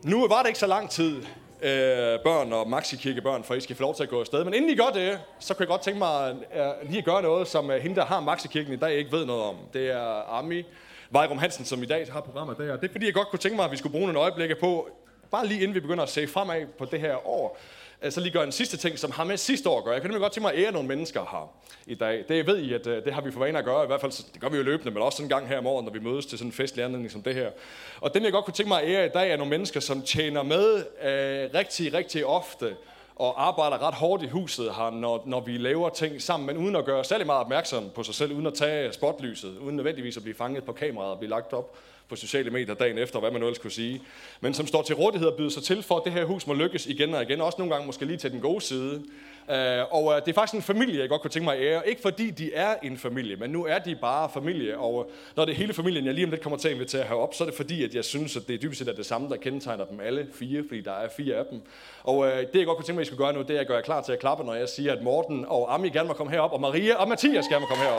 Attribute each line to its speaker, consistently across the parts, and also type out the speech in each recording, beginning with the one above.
Speaker 1: Nu var det ikke så lang tid, børn og maxikirkebørn, for I skal få lov til at gå afsted. Men inden I gør det, så kunne jeg godt tænke mig lige at gøre noget, som hende, der har Maxikirken i dag, ikke ved noget om. Det er Ami Vejrum Hansen, som i dag har programmet der. Det er fordi, jeg godt kunne tænke mig, at vi skulle bruge nogle øjeblikke på, bare lige inden vi begynder at se fremad på det her år, så lige gøre en sidste ting, som har med sidste år at gøre. Jeg kan nemlig godt tænke mig at ære nogle mennesker her i dag. Det ved I, at det har vi for vane at gøre. I hvert fald, det gør vi jo løbende, men også sådan en gang her om året, når vi mødes til sådan en festlig anledning som det her. Og dem, jeg godt kunne tænke mig at ære i dag, er nogle mennesker, som tjener med rigtig ofte og arbejder ret hårdt i huset her, når vi laver ting sammen, men uden at gøre særlig meget opmærksom på sig selv, uden at tage spotlyset, uden nødvendigvis at blive fanget på kameraet og blive lagt op på sociale medier dagen efter, hvad man nu ellers kunne sige. Men som står til rådighed og byder sig til for, at det her hus må lykkes igen og igen, også nogle gange måske lige til den gode side. Og det er faktisk en familie, jeg godt kunne tænke mig at ære. Ikke fordi de er en familie, men nu er de bare familie. Og når det er hele familien, jeg lige om lidt kommer til at invitere herop, så er det fordi, at jeg synes, at det dybest set er det samme, der kendetegner dem alle 4, fordi der er 4 af dem. Og det, jeg godt kunne tænke mig, at I skulle gøre nu, det er at gøre jer klar til at klappe, når jeg siger, at Morten og Ami gerne må komme herop, og Maria og Mathias gerne må komme herop.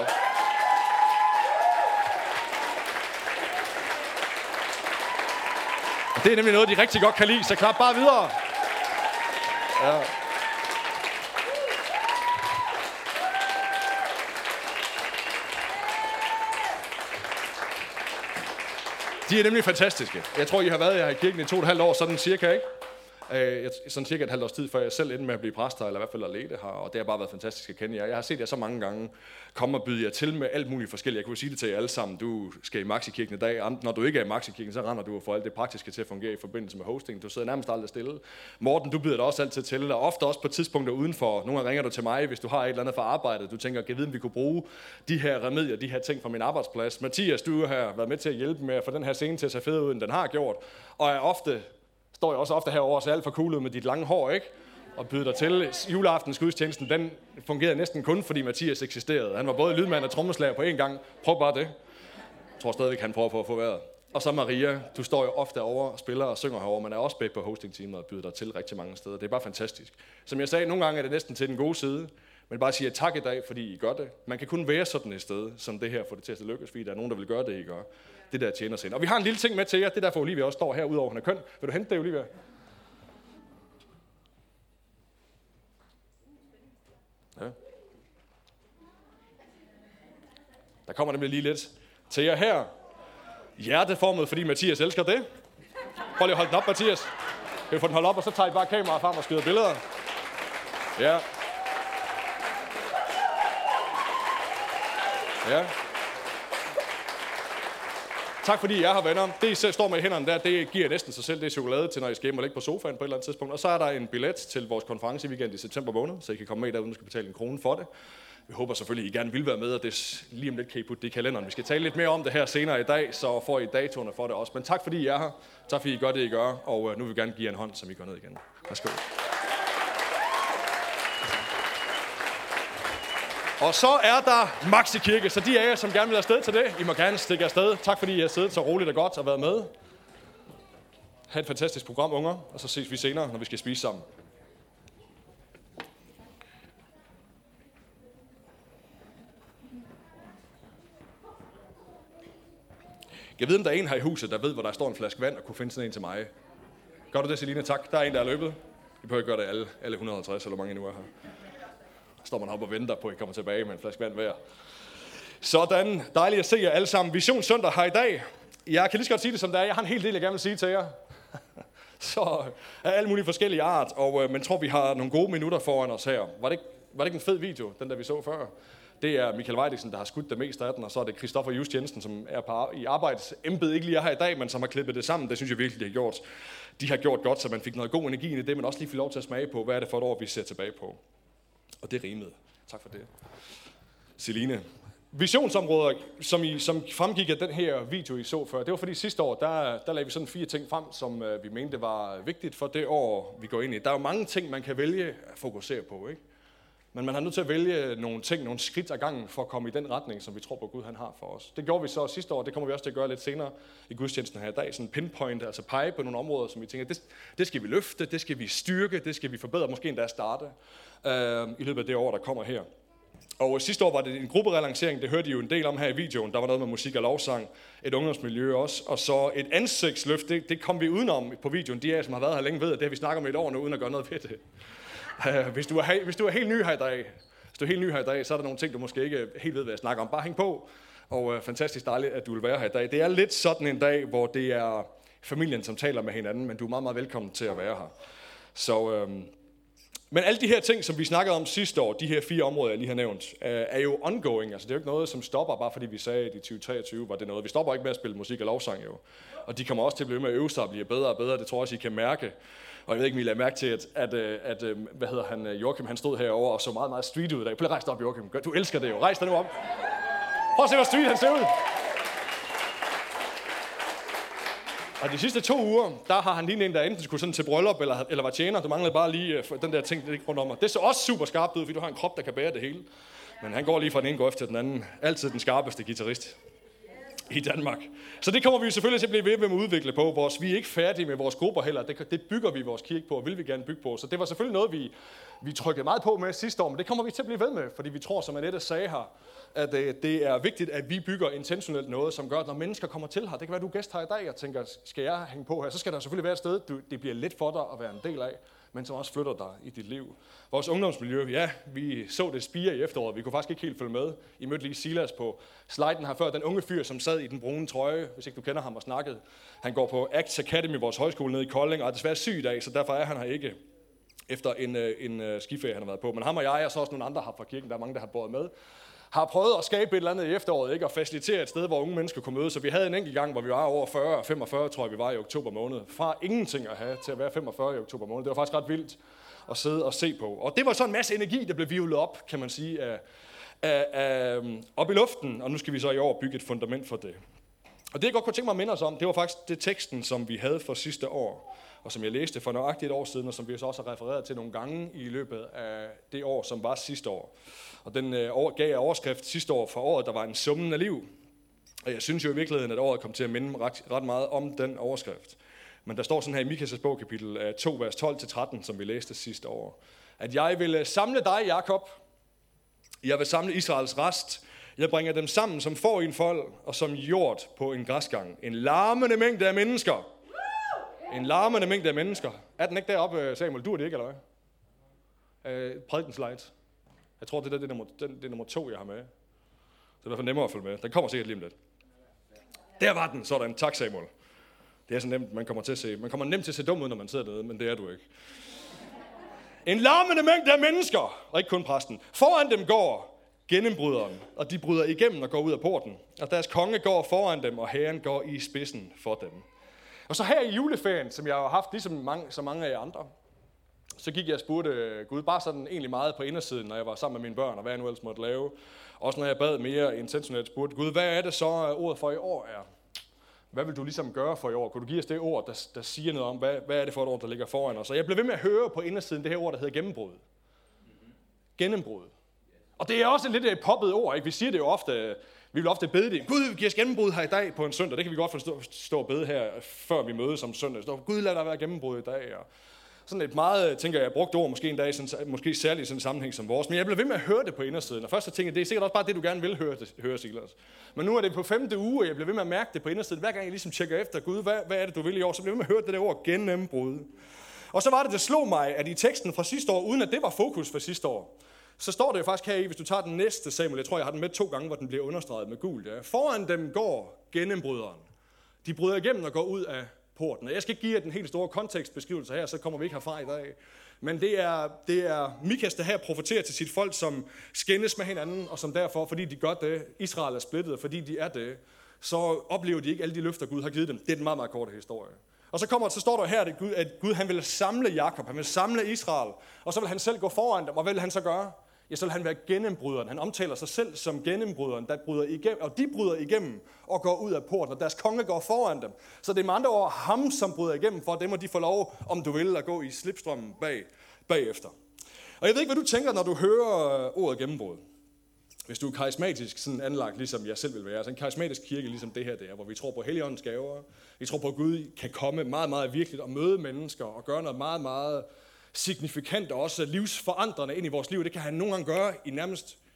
Speaker 1: Det er nemlig noget, de rigtig godt kan lide, så klap bare videre. Ja. De er nemlig fantastiske. Jeg tror, I har været her i kirken i 2,5 år, sådan cirka, ikke? Sådan cirka et halvt års tid, før jeg selv endte med at blive præst her, eller i hvert fald at lede her, og det har bare været fantastisk at kende jer. Jeg har set jer så mange gange komme og byde jer til med alt muligt forskelligt. Jeg kunne sige det til jer alle sammen. Du skal i Maxikirken i dag. Når du ikke er i Maxikirken, så render du og får alt det praktiske til at fungere i forbindelse med hosting. Du sidder nærmest aldrig stille. Morten, du byder dig også altid til, og ofte også på tidspunkter udenfor. Nogle gange ringer du til mig, hvis du har et eller andet for arbejdet. Du tænker, kan vide, om vi kunne bruge de her remedier, de her ting fra min arbejdsplads. Mathias, du har været med til at hjælpe med at få den her scene til at se fed ud, end den har gjort. Og står jeg også ofte herovre og ser alt for cool ud med dit lange hår, ikke? Og byder dig til. Juleaftens gudstjenesten, den fungerede næsten kun, fordi Mathias eksisterede. Han var både lydmand og trommeslager på én gang. Prøv bare det. Jeg tror stadigvæk, han prøver på at få vejret. Og så Maria, du står jo ofte over og spiller og synger herovre, men er også med på hosting-teamet og byder dig til rigtig mange steder. Det er bare fantastisk. Som jeg sagde, nogle gange er det næsten til den gode side, men bare sige tak i dag, fordi I gør det. Man kan kun være sådan et sted, som det her, for det til at lykkes, fordi der er nogen, der vil gøre det, I gør. Det der tjener sig. Og vi har en lille ting med til jer. Det er derfor Olivia også står her, udover hun er køn. Vil du hente det, Olivia? Ja. Der kommer nemlig lige lidt til jer her. Hjerteformet, fordi Mathias elsker det. Prøv lige at holde den op, Mathias. Kan vi få den holdt op, og så tager I bare kameraet frem og skyder billeder. Ja. Ja. Tak fordi I er her, venner. Det, I står med i hænderne der, det giver næsten sig selv. Det er chokolade til, når I skal hjem og ligge på sofaen på et eller andet tidspunkt. Og så er der en billet til vores konference i weekend i september måned, så I kan komme med der, uden at skal betale 1 krone for det. Vi håber selvfølgelig, I gerne vil være med, og det lige om lidt kan I putte det i kalenderen. Vi skal tale lidt mere om det her senere i dag, så får I datoerne for det også. Men tak fordi I er her. Tak fordi I gør det, I gør. Og nu vil vi gerne give jer en hånd, så I går ned igen. Værsgo. Og så er der Maxikirke, så de af jer, som gerne vil afsted til det, I må gerne stikke afsted. Tak fordi I har siddet så roligt og godt og været med. Ha' et fantastisk program, unger, og så ses vi senere, når vi skal spise sammen. Jeg ved, om der er en her i huset, der ved, hvor der står en flaske vand, og kunne finde sådan en til mig. Gør du det, Celine? Tak. Der er en, der er løbet. I behøver ikke gøre det alle 150, eller hvor mange endnu er her. Står man op og venter på, at I kommer tilbage med en flaske vand hver. Sådan. Dejligt at se jer alle sammen. Vision Søndag her i dag. Jeg kan lige så godt sige det, som det er. Jeg har en hel del, jeg gerne vil sige til jer. Så er alle mulige forskellige art, og man tror, vi har nogle gode minutter foran os her. Var det ikke en fed video, den der vi så før? Det er Michael Weidiksen, der har skudt det meste af den, og så er det Christoffer Just Jensen, som er i arbejdsembed, ikke lige her i dag, men som har klippet det sammen. Det synes jeg virkelig, de har gjort. De har gjort godt, så man fik noget god energi i det, men også lige fik lov til at smage på, hvad er det for et år, vi ser tilbage på. Og det rimede. Tak for det. Celine. Visionsområder, som fremgik af den her video, I så før, det var fordi sidste år, der lagde vi sådan 4 ting frem, som vi mente var vigtigt for det år, vi går ind i. Der er jo mange ting, man kan vælge at fokusere på, ikke? Men man har nødt til at vælge nogle ting, nogle skridt ad gangen, for at komme i den retning, som vi tror på, Gud han har for os. Det gjorde vi så sidste år, det kommer vi også til at gøre lidt senere i gudstjenesten her i dag. Sådan pinpoint, altså pege på nogle områder, som vi tænker, det skal vi løfte, det skal vi styrke, det skal vi forbedre, måske endda starte i løbet af det år, der kommer her. Og sidste år var det en grupperelancering, det hørte I jo en del om her i videoen. Der var noget med musik og lovsang, et ungdomsmiljø også, og så et ansigtsløft, det kom vi udenom på videoen. De af jer, som har været her længe, ved, at det har vi snakket om i et år nu, uden at gøre noget ved det. Hvis du er helt ny her i dag, så er der nogle ting, du måske ikke helt ved, hvad jeg snakker om. Bare hæng på, og fantastisk dejligt, at du vil være her i dag. Det er lidt sådan en dag, hvor det er familien, som taler med hinanden, men du er meget, meget velkommen til at være her. Så... Men alle de her ting, som vi snakkede om sidste år, de her 4 områder, jeg lige har nævnt, er jo ongoing. Altså det er jo ikke noget, som stopper, bare fordi vi sagde, at i 2023 var det noget. Vi stopper ikke med at spille musik og lovsang jo. Og de kommer også til at blive med at øve sig og blive bedre og bedre. Det tror jeg også, I kan mærke. Og jeg ved ikke, om I lader mærke til, at Joachim, han stod herovre og så meget, meget street ud i dag. Prøv at rejse dig op, Joachim. Du elsker det jo. Rejs dig nu op. Prøv at se, hvor street han ser ud. Og de sidste 2 uger, der har han lignet en, der enten skulle sådan til bryllup eller var tjener. Du manglede bare lige den der ting, der ligger rundt om mig. Det så også super skarpt ud, fordi du har en krop, der kan bære det hele. Men han går lige fra den ene grøft til den anden. Altid den skarpeste guitarist i Danmark. Så det kommer vi jo selvfølgelig til at blive ved med at udvikle på. Vi er ikke færdige med vores grupper heller. Det bygger vi vores kirke på, og vil vi gerne bygge på. Så det var selvfølgelig noget, vi trykkede meget på med sidste år, men det kommer vi til at blive ved med, fordi vi tror, som Annette sagde her, at det er vigtigt, at vi bygger intentionelt noget, som gør, at når mennesker kommer til her, det kan være, at du er gæst her i dag og tænker, skal jeg hænge på her, så skal der selvfølgelig være et sted, det bliver let for dig at være en del af, men som også flytter dig i dit liv. Vores ungdomsmiljø, ja, vi så det spire i efteråret, vi kunne faktisk ikke helt følge med. I mødte lige Silas på sliden her før, den unge fyr, som sad i den brune trøje, hvis ikke du kender ham og snakket. Han går på Acts Academy, vores højskole nede i Kolding, og er desværre syg i dag, så derfor er han her ikke efter en skiferie, han har været på. Men ham og jeg, og så også nogle andre her fra kirken, der er mange, der har båret med, har prøvet at skabe et eller andet i efteråret, ikke? Og facilitere et sted, hvor unge mennesker kunne mødes. Så vi havde en enkelt gang, hvor vi var over 40 og 45, tror jeg, vi var i oktober måned. Fra ingenting at have til at være 45 i oktober måned. Det var faktisk ret vildt at sidde og se på. Og det var så en masse energi, der blev hvirvlet op, kan man sige, op i luften. Og nu skal vi så i år bygge et fundament for det. Og det, jeg godt kunne tænke mig at minde os om, det var faktisk det teksten, som vi havde for sidste år. Og som jeg læste for nøjagtigt et år siden, og som vi så også har refereret til nogle gange i løbet af det år, som var sidste år. Og den gav jeg overskrift sidste år for året, der var en summen af liv. Og jeg synes jo i virkeligheden, at året kom til at minde ret meget om den overskrift. Men der står sådan her i Mikas' bog, kapitel 2, vers 12-13, som vi læste sidste år. At jeg vil samle dig, Jakob. Jeg vil samle Israels rest. Jeg bringer dem sammen som får i en fold, og som hjort på en græsgang. En larmende mængde af mennesker. En larmende mængde af mennesker. Er den ikke deroppe, Samuel? Du er det ikke, eller hvad? Prædikenslides. Jeg tror, det er nummer 2, jeg har med. Så det er i hvert fald nemmere at følge med. Den kommer sikkert lige om lidt. Der var den. Sådan. Tak, Samuel. Det er så nemt, man kommer nemt til at se dum ud, når man sidder dernede, men det er du ikke. En larmende mængde af mennesker, og ikke kun præsten. Foran dem går gennembryderen, og de bryder igennem og går ud af porten. Og deres konge går foran dem, og herren går i spidsen for dem. Og så her i juleferien, som jeg har haft ligesom så mange af jer andre, så gik jeg og spurgte Gud bare sådan egentlig meget på indersiden, når jeg var sammen med mine børn, og hvad jeg nu ellers måtte lave. Også når jeg bad mere intentionelt, spurgte Gud, hvad er det så ordet for i år er? Hvad vil du ligesom gøre for i år? Kunne du give os det ord, der siger noget om, hvad er det for et ord, der ligger foran os? Og jeg blev ved med at høre på indersiden det her ord, der hedder gennembrud. Gennembrud. Og det er også lidt et poppet ord, ikke? Vi siger det jo ofte, vi vil ofte bede det. Gud, giv os gennembrud her i dag på en søndag. Det kan vi godt forstå og bede her, før vi mødes om søndag. Så Gud, lad der være gennembrud i dag. Og sådan et meget, tænker jeg, brugt ord, måske en dag, måske særligt i sådan en sammenhæng som vores. Men jeg blev ved med at høre det på indersiden. Og først så tænkte jeg, det er sikkert også bare det, du gerne vil høre Silas. Men nu er det på 5. uge, og jeg bliver ved med at mærke det på indersiden. Hver gang jeg ligesom tjekker efter, Gud, hvad er det, du vil i år? Så bliver jeg ved med at høre det der ord, gennembrud. Og så var det slog mig, at i teksten fra sidste år, uden at det var fokus for sidste år, så står det jo faktisk her i, hvis du tager den næste Samuel, jeg tror, jeg har den med 2 gange, hvor den bliver understreget med gult. Ja. Foran dem går gennembryderen. De bryder igennem og går ud af porten. Og jeg skal ikke give jer den helt store kontekstbeskrivelse her, så kommer vi ikke herfra i dag. Men det er Mikas, der her profeterer til sit folk, som skændes med hinanden, og som derfor, fordi de gør det, Israel er splittet, og fordi de er det, så oplever de ikke alle de løfter, Gud har givet dem. Det er den meget, meget korte historie. Og så står der her, at Gud han vil samle Jakob, han vil samle Israel, og så vil han selv gå foran dem, og hvad vil han så gøre? Ja, så vil han være gennembryderen. Han omtaler sig selv som gennembryderen, der bryder igennem, og de bryder igennem og går ud af porten, og deres konge går foran dem. Så det er med andre ord ham, som bryder igennem, for dem må de få lov, om du vil, at gå i slipstrømmen bagefter. Og jeg ved ikke, hvad du tænker, når du hører ordet gennembrud. Hvis du er karismatisk sådan anlagt, ligesom jeg selv vil være, så en karismatisk kirke, ligesom det her der, hvor vi tror på Helligåndens gaver, vi tror på, at Gud kan komme meget, meget virkeligt og møde mennesker og gøre noget meget, meget signifikant og også livsforandrende ind i vores liv. Det kan han nogle gange gøre i nærmest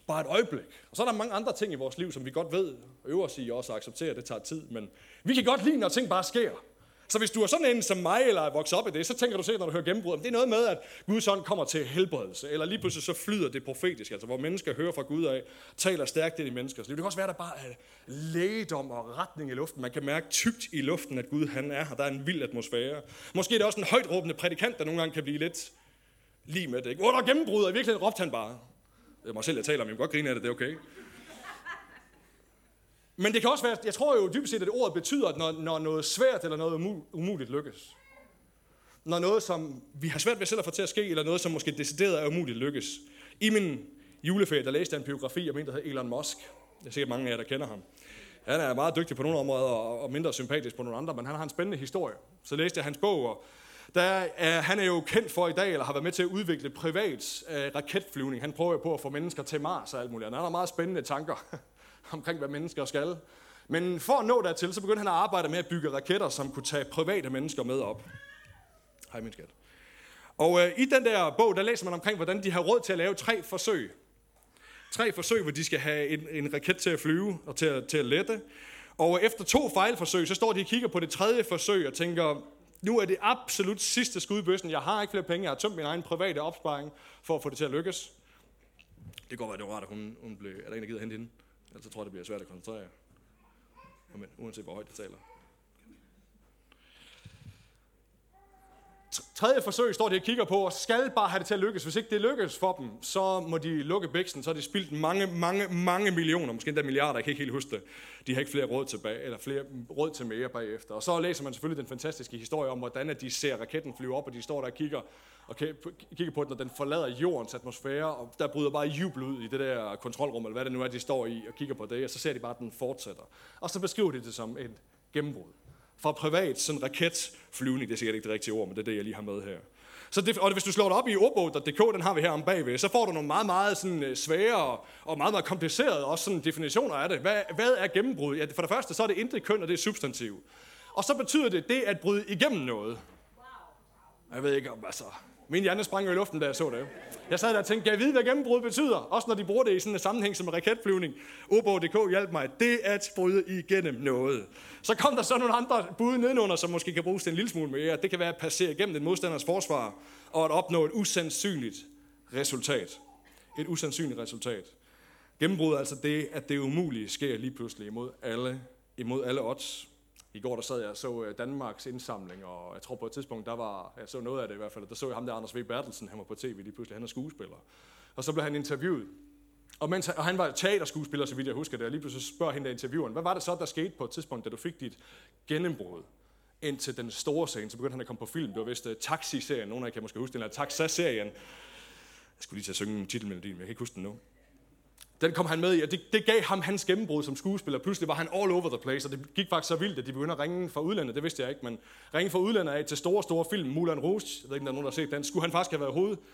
Speaker 1: bare et øjeblik. Og så er der mange andre ting i vores liv, som vi godt ved, øver os i også at acceptere, at det tager tid. Men vi kan godt lide, når ting bare sker. Så hvis du er sådan en som mig, eller er vokset op i det, så tænker du sikkert, når du hører gennembrud, det er noget med, at Guds ånd kommer til helbredelse, eller lige pludselig så flyder det profetisk, altså hvor mennesker hører fra Gud af, taler stærkt ind i menneskers liv. Det kan også være, at der bare er lægedom og retning i luften. Man kan mærke tykt i luften, at Gud han er her. Der er en vild atmosfære. Måske er det også en højtråbende prædikant, der nogle gange kan blive lidt lige med det. Ikke? Der er gennembrud, og i virkeligheden råbte han bare. Det er mig selv, jeg taler om, jeg kan godt grine af det, det er okay. Men det kan også være, jeg tror jo dybest set, at ordet betyder, at når noget svært eller noget umuligt lykkes. Når noget, som vi har svært ved selv at få til at ske, eller noget, som måske decideret er umuligt lykkes. I min juleferie, der læste jeg en biografi om en, der hedder Elon Musk. Jeg er sikkert mange af jer, der kender ham. Han er meget dygtig på nogle områder, og mindre sympatisk på nogle andre, men han har en spændende historie. Så læste jeg hans bog, og han er jo kendt for i dag, eller har været med til at udvikle privat raketflyvning. Han prøver på at få mennesker til Mars og alt muligt. Han har meget spændende tanker omkring, hvad mennesker skal. Men for at nå dertil, så begyndte han at arbejde med at bygge raketter, som kunne tage private mennesker med op. Hej, min skat. Og i den der bog, der læser man omkring, hvordan de har råd til at lave 3 forsøg. 3 forsøg, hvor de skal have en raket til at flyve og til at lette. Og efter 2 fejlforsøg, så står de og kigger på det 3. forsøg og tænker, nu er det absolut sidste skud i bøssen. Jeg har ikke flere penge. Jeg har tømt min egen private opsparing for at få det til at lykkes. Det går være, det var rart, at hun blev... Er der en, der gider hente hende? Ellers tror jeg, det bliver svært at koncentrere. Men uanset hvor højt det taler. 3. forsøg står de og kigger på, og skal bare have det til at lykkes. Hvis ikke det lykkes for dem, så må de lukke bæksen. Så har de spildt mange millioner, måske endda milliarder, jeg kan ikke helt huske det. De har ikke flere råd tilbage, eller flere råd til mere bagefter. Og så læser man selvfølgelig den fantastiske historie om, hvordan at de ser raketten flyve op, og de står der og kigger på den, når den forlader jordens atmosfære, og der bryder bare jubel ud i det der kontrolrum, eller hvad det nu er, de står i og kigger på det, og så ser de bare, at den fortsætter. Og så beskriver de det som et gennembrud. Fra privat, sådan raketflyvning, det er sikkert ikke det rigtige ord, men det er det, jeg lige har med her. Og hvis du slår det op i ordbog.dk, den har vi her om bagved, så får du nogle meget sådan svære og meget komplicerede også sådan definitioner af det. Hvad er gennembrud? Ja, for det første, så er det intet køn, og det er substantiv. Og så betyder det at bryde igennem noget. Jeg ved ikke om, altså... Min hjerne sprang i luften, da jeg så det. Jeg sad der og tænkte, kan jeg vide, hvad gennembrud betyder? Også når de bruger det i sådan en sammenhæng som raketflyvning. Ordbog.dk hjalp mig. Det er at bryde igennem noget. Så kom der så nogle andre bud nedenunder, som måske kan bruges til en lille smule mere. Det kan være at passere igennem den modstanders forsvar og at opnå et usandsynligt resultat. Et usandsynligt resultat. Gennembrud er altså det, at det umulige sker lige pludselig imod alle odds. I går der sad jeg og så Danmarks indsamling, og jeg tror på et tidspunkt, jeg så noget af det i hvert fald, der så jeg ham der Anders V. Bertelsen, han var på tv lige pludselig, han er skuespiller. Og så blev han interviewet, og han var teaterskuespiller, så vidt jeg husker det, og lige pludselig spørger hende der intervieweren, hvad var det så, der skete på et tidspunkt, da du fik dit gennembrud ind til den store scene, så begyndte han at komme på film, det var vist Taxi-serien, nogle af jer kan måske huske den, eller Taxa-serien. Jeg skulle lige til at synge en titelmelodi, men jeg kan ikke huske den nu. Den kom han med i, og det gav ham hans gennembrud som skuespiller. Pludselig var han all over the place, og det gik faktisk så vildt, at de begyndte at ringe fra udlandet. Det vidste jeg ikke, men ringe fra udlandet af til store film. Moulin Rouge, jeg ved ikke, om der er nogen, der har set den. Skulle han faktisk have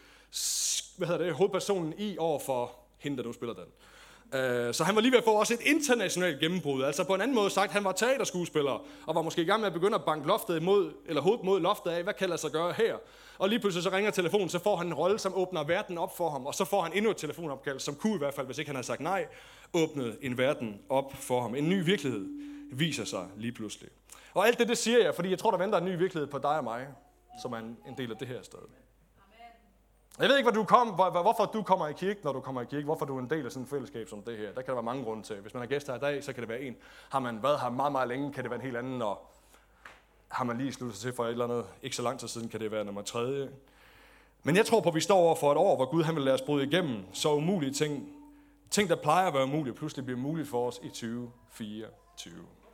Speaker 1: været hovedpersonen i over for hende, der nu spiller den. Så han var lige ved at få også et internationalt gennembrud. Altså på en anden måde sagt, han var teaterskuespiller, og var måske i gang med at begynde at banke hovedet mod loftet af, hvad kan lade sig gøre her? Og lige pludselig så ringer telefonen, så får han en rolle, som åbner verden op for ham, og så får han endnu et telefonopkald, som kunne i hvert fald, hvis ikke han havde sagt nej, åbnede en verden op for ham. En ny virkelighed viser sig lige pludselig. Og alt det siger jeg, fordi jeg tror, der venter en ny virkelighed på dig og mig, som er en del af det her sted. Jeg ved ikke, hvorfor du kommer i kirke, når du kommer i kirke. Hvorfor du er en del af sådan et fællesskab som det her. Der kan der være mange grunde til. Hvis man har gæster i dag, så kan det være en. Har man været her meget, meget længe, kan det være en helt anden. Og har man lige sluttet sig til for et eller andet, ikke så lang tid siden, kan det være nummer 3. Men jeg tror på, at vi står over for et år, hvor Gud han vil lade os bryde igennem så umulige ting. Ting, der plejer at være umulige, pludselig bliver muligt for os i 2024.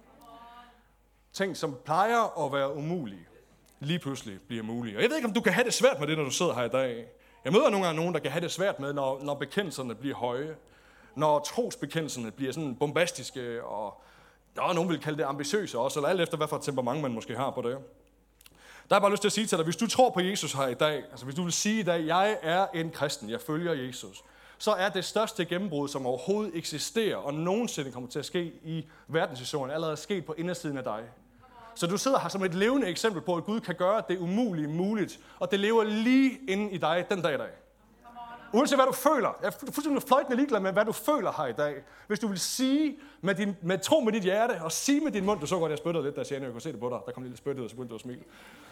Speaker 1: Ting, som plejer at være umulige, lige pludselig bliver mulige. Og jeg ved ikke, om du kan have det svært med det, når du sidder her i dag. Jeg møder nogle gange nogen, der kan have det svært med, når bekendelserne bliver høje. Når trosbekendelserne bliver sådan bombastiske, og nogen vil kalde det ambitiøse også, eller alt efter, hvad for et temperament man måske har på det. Der er bare lyst til at sige til dig, hvis du tror på Jesus her i dag, altså hvis du vil sige i dag, jeg er en kristen, jeg følger Jesus, så er det største gennembrud, som overhovedet eksisterer, og nogensinde kommer til at ske i verdenshistorien, allerede sket på indersiden af dig. Så du sidder her som et levende eksempel på, at Gud kan gøre det umulige muligt, og det lever lige inde i dig den dag i dag. Uanset hvad du føler. Jeg er fuldstændig fløjtende ligeglad med, hvad du føler her i dag. Hvis du vil sige med tro med dit hjerte, og sige med din mund, du så godt, jeg spyttede lidt, da jeg kunne se det på dig. Der kom lidt spyttet, og så begyndte du at smile.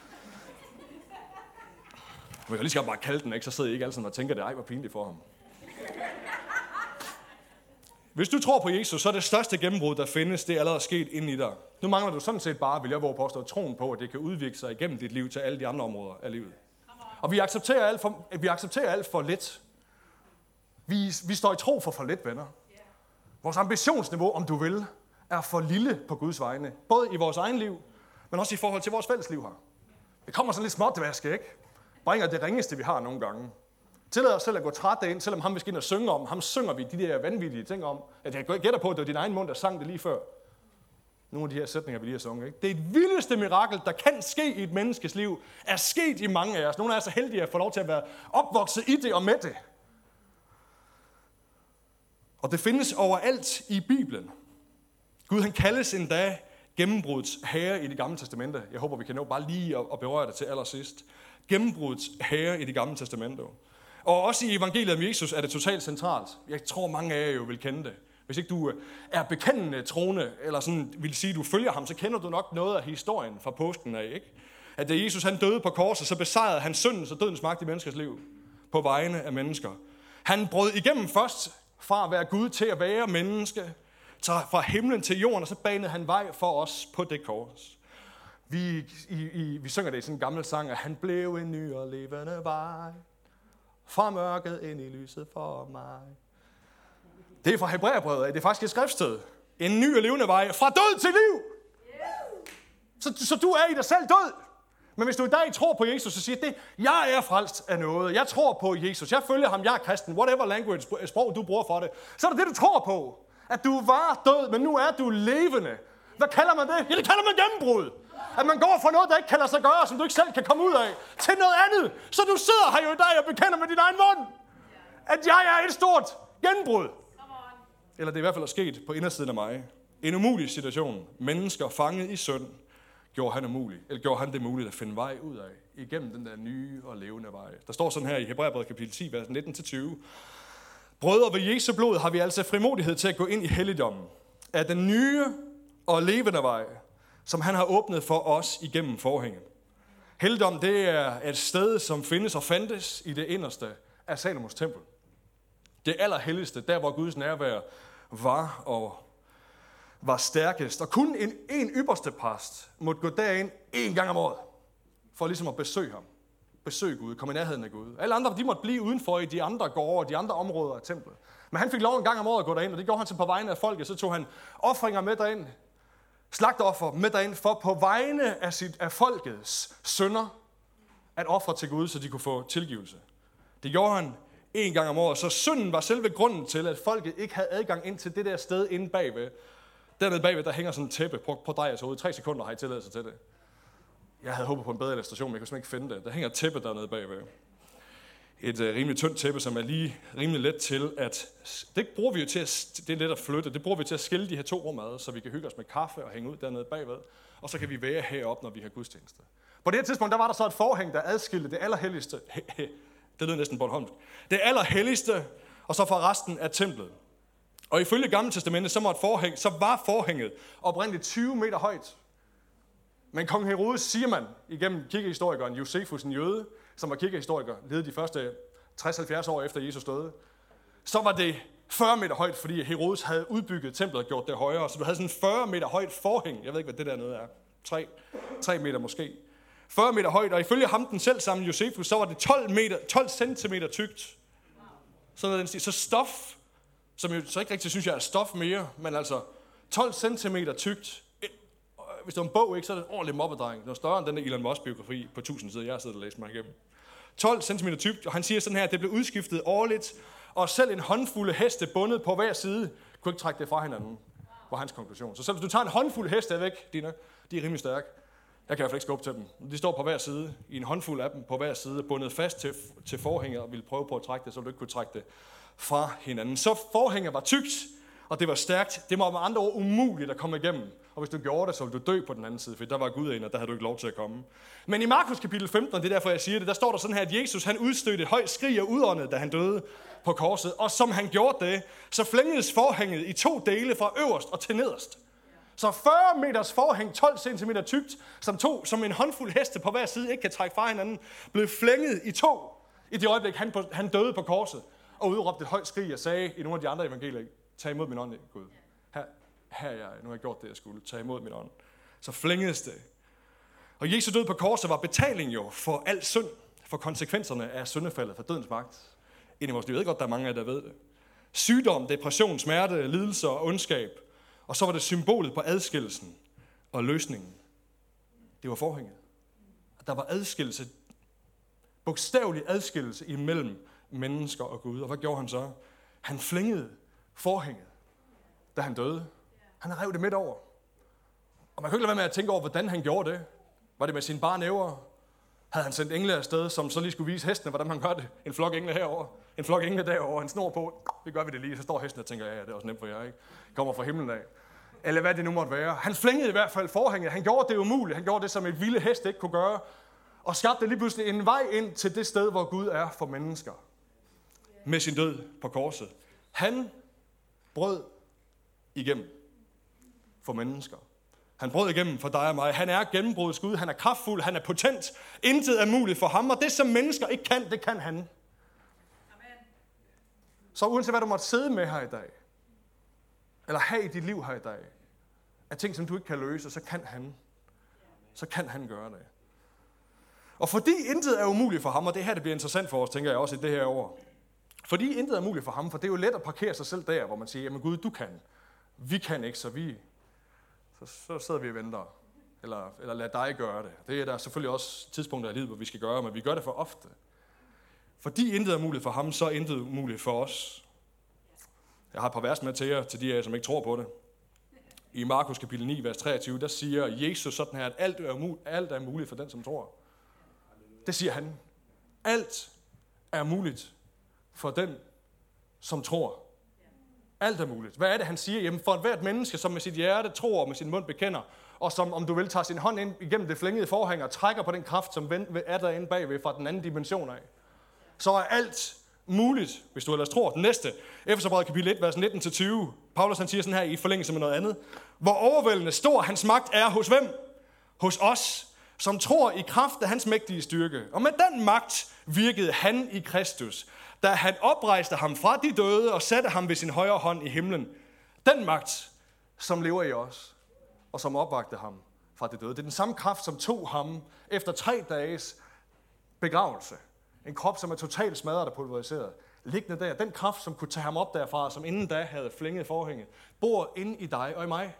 Speaker 1: Men jeg kan lige så bare kalde den, ikke? Så sidder I ikke alle sammen og tænker, det ej, hvor pinligt for ham. Hvis du tror på Jesus, så er det største gennembrud, der findes, det er allerede sket inde i dig. Nu mangler du sådan set bare, vil jeg våge påstå, troen på, at det kan udvikle sig igennem dit liv til alle de andre områder af livet. Og vi accepterer alt for lidt. Vi står i tro for lidt, venner. Vores ambitionsniveau, om du vil, er for lille på Guds vegne. Både i vores egen liv, men også i forhold til vores fælles liv her. Det kommer sådan lidt småtvaske, ikke? Bringer det ringeste, vi har nogle gange. Tillader os selv at gå træt ind, selvom ham vi skal ind og synge om. Ham synger vi de der vanvittige ting om. At jeg gætter på, at det var din egen mund, der sang det lige før. Nogle af de her sætninger, vi lige har sunget. Ikke? Det er et vildeste mirakel, der kan ske i et menneskes liv, er sket i mange af os. Nogle af os er heldige at få lov til at være opvokset i det og med det. Og det findes overalt i Bibelen. Gud, han kaldes endda gennembrudets herre i Det Gamle Testamente. Jeg håber, vi kan nå bare lige at berøre det til allersidst. Gennembrudets herre i Det Gamle Testamente. Og også i evangeliet om Jesus er det totalt centralt. Jeg tror, mange af jer jo vil kende det. Hvis ikke du er bekendende troende, eller sådan vil sige, at du følger ham, så kender du nok noget af historien fra påsken af, ikke? At da Jesus han døde på korset, så besejrede han syndens og dødens magt i menneskers liv på vegne af mennesker. Han brød igennem først fra at være Gud til at være menneske, så fra himlen til jorden, og så banede han vej for os på det kors. Vi synger det i sådan en gammel sang, at han blev en ny og levende vej, fra mørket ind i lyset for mig. Det er fra Hebræerbrevet, det er faktisk et skriftsted. En ny og levende vej, fra død til liv. Så du er i dig selv død. Men hvis du i dag tror på Jesus og siger, det, jeg er frelst af noget, jeg tror på Jesus, jeg følger ham, jeg er kristen, whatever language, sprog du bruger for det, så er det det, du tror på. At du var død, men nu er du levende. Hvad kalder man det? Ja, det kalder man gennembrud. At man går fra noget, der ikke kan lade sig gøre, som du ikke selv kan komme ud af, til noget andet. Så du sidder her jo i dag og bekender med din egen mund, at jeg er et stort gennembrud. Eller det er i hvert fald sket på indersiden af mig. En umulig situation. Mennesker fanget i synd gjorde han det muligt at finde vej ud af, igennem den der nye og levende vej. Der står sådan her i Hebræerbrevet kapitel 10, vers 19-20. Brødre, ved Jesu blod har vi altså frimodighed til at gå ind i helligdommen af den nye og levende vej, som han har åbnet for os igennem forhænget. Helligdom, det er et sted, som findes og fandtes i det inderste af Salomos tempel. Det allerhelligste, der hvor Guds nærvær var stærkest. Og kun en ypperste præst måtte gå derind 1 gang om året, for ligesom at besøge ham. Besøge Gud, komme i nærheden af Gud. Alle andre, de måtte blive udenfor i de andre gårde og de andre områder af templet. Men han fik lov 1 gang om året at gå derind, og det gjorde han så på vegne af folket. Så tog han ofringer med derind, slagtoffer med derind, for på vegne af folkets synder at ofre til Gud, så de kunne få tilgivelse. Det gjorde han 1 gang om året, så synden var selve grunden til, at folket ikke havde adgang ind til det der sted inde bagved. Dernede bagved, der hænger sådan et tæppe. Prøv at dreje jeres hoved. 3 sekunder har I tilladelse til det. Jeg havde håbet på en bedre illustration, men jeg kunne simpelthen ikke finde det. Der hænger et tæppe dernede bagved. Et rimelig tyndt tæppe, som er lige rimelig let til at... Det bruger vi jo til det er let at flytte. Det bruger vi til at skille de her 2 rum ad, så vi kan hygge os med kaffe og hænge ud dernede bagved. Og så kan vi være heroppe, når vi har gudstjeneste. På det her tidspunkt, der var der så et forhæng, der adskilte det allerhelligste. Det lød næsten bornholmsk. Det allerhelligste, og så fra resten af templet. Og ifølge Gamle Testamentet, så var forhænget oprindeligt 20 meter højt. Men kong Herodes, siger man igennem kirkehistorikeren Josefus, en jøde, som var kirkehistoriker, levede de første 60-70 år efter Jesus døde, så var det 40 meter højt, fordi Herodes havde udbygget templet og gjort det højere. Så du havde sådan 40 meter højt forhæng. Jeg ved ikke, hvad det der nede er. 3 meter måske. 40 meter højt, og ifølge ham den selv sammen, Josefus, så var det 12 centimeter tykt. Så stof, som jo så ikke rigtig synes jeg er stof mere, men altså 12 centimeter tykt. Hvis det var en bog, ikke, så er det en ordentlig mobbedreng. Det var større end den der Elon Musk-biografi på 1000 sider, jeg har siddet og læst mig igennem. 12 cm tykt, og han siger sådan her, at det blev udskiftet årligt, og selv en håndfuld heste bundet på hver side, kunne ikke trække det fra hinanden, var hans konklusion. Så selv hvis du tager en håndfuld heste væk, Dina, de er rimelig stærke. Jeg kan i hvert fald ikke skubbe til dem. De står på hver side, i en håndfuld af dem på hver side, bundet fast til forhænget, og ville prøve på at trække det, så du ikke kunne trække det fra hinanden. Så forhænget var tykt, og det var stærkt. Det var med andre ord umuligt at komme igennem. og hvis du gjorde det, så ville du dø på den anden side, for der var Gud ind, og der havde du ikke lov til at komme. Men i Markus kapitel 15, og det er derfor, jeg siger det, der står der sådan her, at Jesus han udstødte et højt skrig og udåndede, da han døde på korset. Og som han gjorde det, så flængedes forhænget i 2 dele fra øverst og til nederst. Så 40 meters forhæng, 12 cm tykt, som en håndfuld heste på hver side ikke kan trække fra hinanden, blev flænget i 2 i det øjeblik, han døde på korset. Og udråbte et højt skrig og sagde i nogle af de andre evangelier, tag imod min ånd, Gud. Her er jeg, nu har jeg gjort det, jeg skulle. Tag imod min ånd. Så flængedes det. Og Jesu død på korset var betaling jo for al synd, for konsekvenserne af syndefaldet, for dødens magt. Ind i vores liv. Jeg ved godt, der er mange af jer, der ved det. Sygdom, depression, smerte, lidelser og ondskab. Og så var det symbolet på adskillelsen og løsningen. Det var forhænget. Der var adskillelse, bogstavelig adskillelse imellem mennesker og Gud. Og hvad gjorde han så? Han flængede forhænget, da han døde. Han rev det midt over. Og man kan ikke lade være med at tænke over, hvordan han gjorde det. Var det med sine bare næver? Havde han sendt engle afsted, som så lige skulle vise hestene, hvordan man gør det? En flok engle herover, en flok engle derover, en snor på. Det gør vi det lige. Så står hestene og tænker, ja, det er også nemt for jer, ikke? Kommer fra himlen af. Eller hvad det nu måtte være. Han flængede i hvert fald forhænget. Han gjorde det umuligt. Han gjorde det, som et vilde hest ikke kunne gøre. Og skabte lige pludselig en vej ind til det sted, hvor Gud er for mennesker. Med sin død på korset. Han brød igennem for mennesker. Han brød igennem for dig og mig. Han er gennembrudets Gud. Han er kraftfuld. Han er potent. Intet er muligt for ham. Og det, som mennesker ikke kan, det kan han. Amen. Så uanset hvad du måtte sidde med her i dag, eller have i dit liv her i dag, af ting, som du ikke kan løse, så kan han. Så kan han gøre det. Og fordi intet er umuligt for ham, og det her det bliver interessant for os, tænker jeg også i det her år. Fordi intet er muligt for ham, for det er jo let at parkere sig selv der, hvor man siger, jamen Gud, du kan. Vi kan ikke, så sidder vi og venter. Eller lad dig gøre det. Det er der selvfølgelig også tidspunkter i livet, hvor vi skal gøre, men vi gør det for ofte. Fordi intet er muligt for ham, så er intet muligt for os. Jeg har et par vers med til jer, til de af jer, som ikke tror på det. I Markus kapitel 9, vers 23, der siger Jesus sådan her, at alt er muligt for den, som tror. Det siger han. Alt er muligt for den, som tror. Alt er muligt. Hvad er det, han siger? Jamen for hvert menneske, som med sit hjerte tror og med sin mund bekender, og som, om du vil, tager sin hånd ind igennem det flængede forhæng og trækker på den kraft, som er derinde bagved fra den anden dimension af, så er alt muligt, hvis du ellers tror. Den næste, Efeserbrevet kapitel 1, vers 19-20. Paulus han siger sådan her i forlængelse med noget andet. Hvor overvældende stor hans magt er hos hvem? Hos os, som tror i kraft af hans mægtige styrke. Og med den magt virkede han i Kristus, da han oprejste ham fra de døde og satte ham ved sin højre hånd i himlen. Den magt, som lever i os, og som opvagte ham fra de døde. Det er den samme kraft, som tog ham efter 3 dages begravelse. En krop, som er totalt smadret og pulveriseret. Liggende der. Den kraft, som kunne tage ham op derfra, som inden da havde flænget forhænget, bor inde i dig og i mig.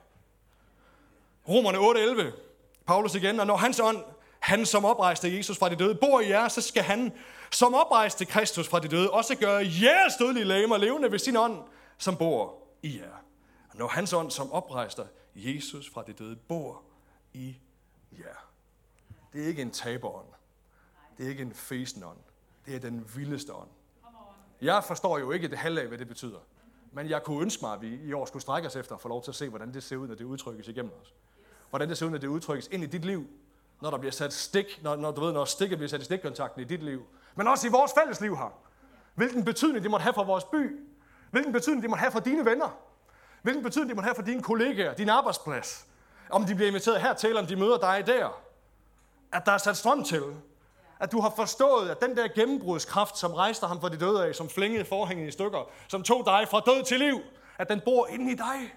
Speaker 1: Romerne 8:11. Paulus igen. Og når hans ånd, han som oprejste Jesus fra de døde, bor i jer, så skal han, som oprejste Kristus fra de døde, også gøre jeres dødelige legemer levende ved sin ånd, som bor i jer. Og når hans ånd, som oprejste Jesus fra de døde, bor i jer. Det er ikke en taberånd. Det er ikke en fesen ånd. Det er den vildeste ånd. Jeg forstår jo ikke det halve af, hvad det betyder. Men jeg kunne ønske mig, at vi i år skulle strække os efter at få lov til at se, hvordan det ser ud, når det udtrykkes igennem os. Hvordan det ser ud, når det udtrykkes ind i dit liv. Når der bliver sat stik, når stikket bliver sat i stikkontakten i dit liv. Men også i vores fælles liv her. Hvilken betydning det måtte have for vores by. Hvilken betydning det måtte have for dine venner. Hvilken betydning det måtte have for dine kollegaer, din arbejdsplads. Om de bliver inviteret hertil, om de møder dig der. At der er sat strøm til. At du har forstået, at den der gennembrudskraft, som rejste ham fra de døde af, som flængede forhænget i stykker, som tog dig fra død til liv, at den bor inde i dig.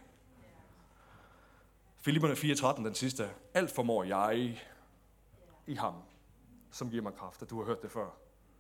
Speaker 1: Filipperne 4:13, den sidste. Alt formår jeg i ham, som giver mig kraft. At du har hørt det før.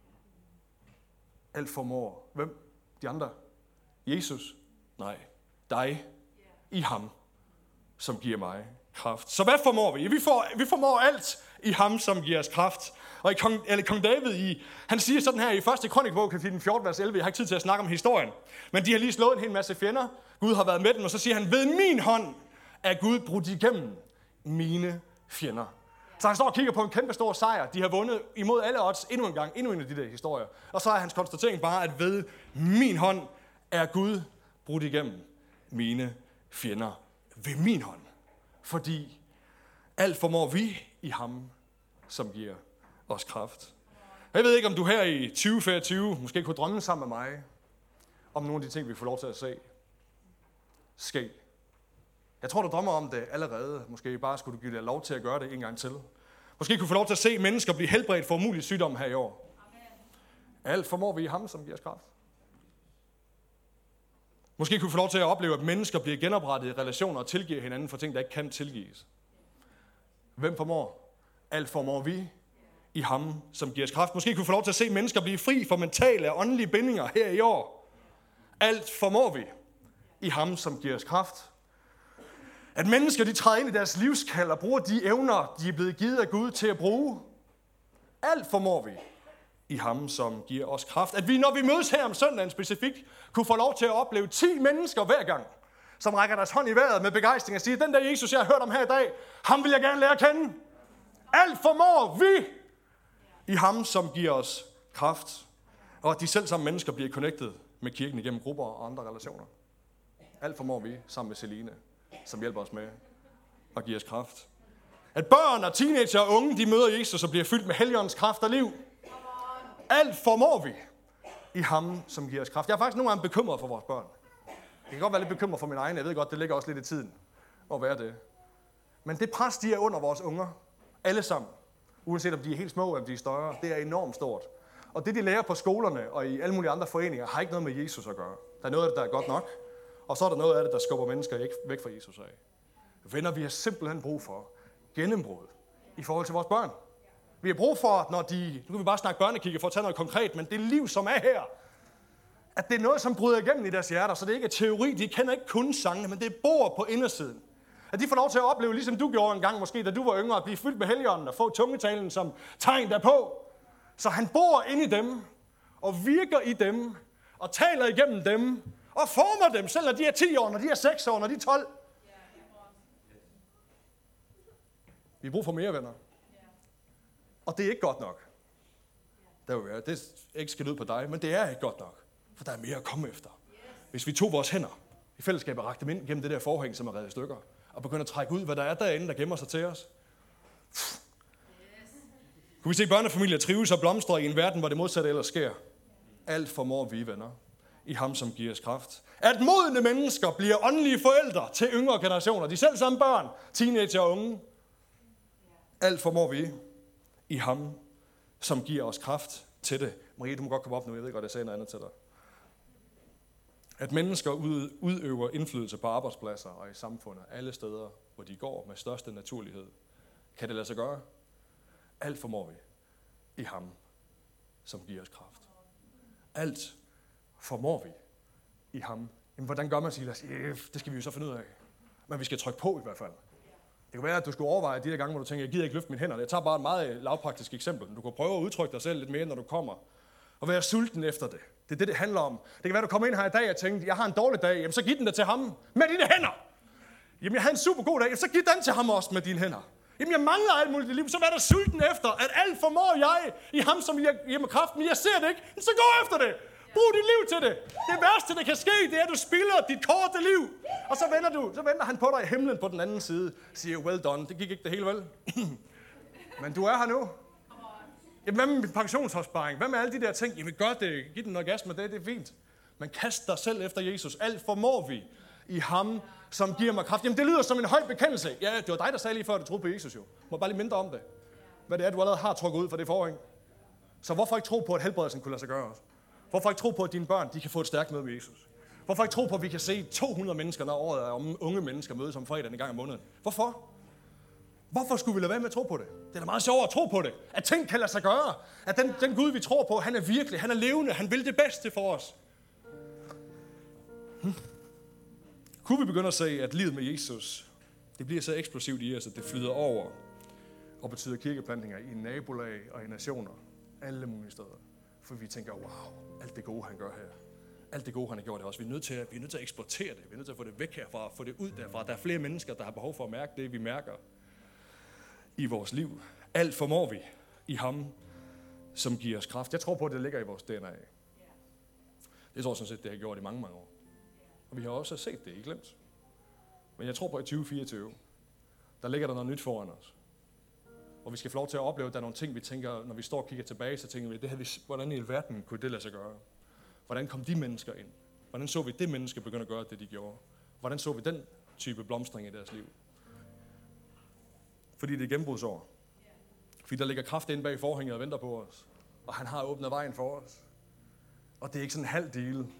Speaker 1: Alt formår. Hvem? De andre? Jesus? Nej. Dig. I ham, som giver mig kraft. Så hvad formår vi? Vi formår alt i ham, som giver os kraft. Og kong David, han siger sådan her i 1. Krønikebog, kapitel 14, vers 11. Jeg har ikke tid til at snakke om historien. Men de har lige slået en hel masse fjender. Gud har været med dem, og så siger han, ved min hånd er Gud brudt igennem mine fjender. Så han står og kigger på en kæmpe stor sejr. De har vundet imod alle odds endnu en gang, endnu en af de der historier. Og så er hans konstatering bare, at ved min hånd er Gud brudt igennem mine fjender. Ved min hånd. Fordi alt formår vi i ham, som giver os kraft. Jeg ved ikke, om du her i 2024 måske kunne drømme sammen med mig om nogle af de ting, vi får lov til at se ske. Jeg tror, du drømmer om det allerede. Måske bare skulle du give dig lov til at gøre det en gang til. Måske kunne du få lov til at se mennesker blive helbredt for umulig sygdom her i år. Alt formår vi i ham, som giver os kraft. Måske kunne vi få lov til at opleve, at mennesker bliver genoprettet i relationer og tilgiver hinanden for ting, der ikke kan tilgives. Hvem formår? Alt formår vi i ham, som giver os kraft. Måske kunne vi få lov til at se mennesker blive fri for mentale og åndelige bindinger her i år. Alt formår vi i ham, som giver os kraft. At mennesker, de træder ind i deres livskald og bruger de evner, de er blevet givet af Gud til at bruge. Alt formår vi i ham, som giver os kraft. At vi, når vi mødes her om søndagen specifikt, kunne få lov til at opleve 10 mennesker hver gang, som rækker deres hånd i vejret med begejstring og siger, den der Jesus, jeg har hørt om her i dag, ham vil jeg gerne lære at kende. Alt formår vi i ham, som giver os kraft. Og at de selv samme mennesker bliver connected med kirken igennem grupper og andre relationer. Alt formår vi sammen med Celine, som hjælper os med at give os kraft. At børn og teenager og unge, de møder Jesus og bliver fyldt med Helligåndens kraft og liv. Alt formår vi i ham, som giver os kraft. Jeg er faktisk nogle gange bekymret for vores børn. Jeg kan godt være lidt bekymret for min egen. Jeg ved godt, det ligger også lidt i tiden at være det. Men det pres, de er under vores unger, alle sammen, uanset om de er helt små eller om de er større, det er enormt stort. Og det, de lærer på skolerne og i alle mulige andre foreninger, har ikke noget med Jesus at gøre. Der er noget af det, der er godt nok, og så er der noget af det, der skubber mennesker ikke væk fra Jesus af. Venner, vi har simpelthen brug for gennembrud i forhold til vores børn. Vi har brug for, når nu kan vi bare snakke børnekigge for at tage noget konkret, men det liv, som er her, at det er noget, som bryder igennem i deres hjerter, så det ikke er teori, de kender ikke kun sangene, men det bor på indersiden. At de får lov til at opleve, ligesom du gjorde en gang måske, da du var yngre, at blive fyldt med Helligånden og få tungetalen som tegn derpå. Så han bor inde i dem, og virker i dem, og taler igennem dem, og former dem, selv når de er 10 år, når de er 6 år, når de er 12. Vi har brug for mere, venner. Og det er ikke godt nok. Det er ikke skidt ud på dig, men det er ikke godt nok. For der er mere at komme efter. Hvis vi tog vores hænder i fællesskab og rakte dem ind gennem det der forhæng, som er revet i stykker, og begynder at trække ud, hvad der er derinde, der gemmer sig til os. Kunne vi se børnefamilier trives og blomstre i en verden, hvor det modsatte ellers sker? Alt formår vi, venner, i ham, som giver os kraft. At modne mennesker bliver åndelige forældre til yngre generationer. De selv samme børn, teenager og unge. Alt formår vi i ham, som giver os kraft til det. Marie, du må godt komme op nu. Jeg ved godt, jeg sagde noget andet til dig. At mennesker udøver indflydelse på arbejdspladser og i samfundet, alle steder, hvor de går med største naturlighed. Kan det lade sig gøre? Alt formår vi i ham, som giver os kraft. Alt formår vi i ham. Jamen, hvordan gør man, Silas? Det skal vi jo så finde ud af. Men vi skal trykke på i hvert fald. Det kan være, at du skulle overveje de der gange, hvor du tænker, jeg gider ikke løfte mine hænder. Jeg tager bare et meget lavpraktisk eksempel. Du kan prøve at udtrykke dig selv lidt mere, når du kommer. Og være sulten efter det. Det er det, det handler om. Det kan være, at du kommer ind her i dag og tænker, jeg har en dårlig dag. Jamen, så giv den da til ham med dine hænder. Jamen, jeg havde en super god dag. Jamen, så giv den til ham også med dine hænder. Jamen, jeg mangler alt muligt i livet. Så vær der sulten efter, at alt formår jeg i ham, som giver mig kraft. Men jeg ser det ikke. Så gå efter det. Brug dit liv til det. Det værste, der kan ske, det er, at du spilder dit korte liv. Og så venter han på dig i himlen på den anden side. Siger, well done. Det gik ikke det hele vel. Men du er her nu. Jamen, hvad med min pensionsopsparing? Hvad med alle de der ting? Jamen, gør det. Giv den en orgasme, det er fint. Men kast dig selv efter Jesus. Alt formår vi i ham, som giver mig kraft. Jamen, det lyder som en høj bekendelse. Ja, det var dig, der sagde lige før, at du troede på Jesus jo. Må bare lige mindre om det. Hvad det er, du allerede har trukket ud for det forhæng. Så hvorfor ikke tro på, at helbredelsen kunne lade sig gøre også? Hvorfor ikke tro på, at dine børn de kan få et stærkt møde med Jesus? Hvorfor ikke tro på, at vi kan se 200 mennesker, når året er om unge mennesker mødes om fredagen en gang om måneden? Hvorfor? Hvorfor skulle vi lade være med at tro på det? Det er da meget sjovt at tro på det. At ting kan lade sig gøre. At den Gud, vi tror på, han er virkelig, han er levende, han vil det bedste for os. Kunne vi begynde at se, at livet med Jesus, det bliver så eksplosivt i os, at det flyder over og betyder kirkeplantninger i nabolag og i nationer. Alle mulige steder. For vi tænker, wow, alt det gode, han gør her. Alt det gode, han har gjort her også. Vi er nødt til at eksportere det. Vi er nødt til at få det væk herfra, få det ud derfra. Der er flere mennesker, der har behov for at mærke det, vi mærker i vores liv. Alt formår vi i ham, som giver os kraft. Jeg tror på, at det ligger i vores DNA. Det tror jeg sådan set, det har gjort i mange, mange år. Og vi har også set det, ikke glemt. Men jeg tror på, at i 2024, der ligger der noget nyt foran os. Og vi skal få lov til at opleve, at der er nogle ting, vi tænker, når vi står og kigger tilbage, så tænker vi, hvordan i verden kunne det lade sig gøre? Hvordan kom de mennesker ind? Hvordan så vi det menneske begynde at gøre det, de gjorde? Hvordan så vi den type blomstring i deres liv? Fordi det er gennembrudsår. Fordi der ligger kraft inde bag forhænget og venter på os. Og han har åbnet vejen for os. Og det er ikke sådan en halv deal. Det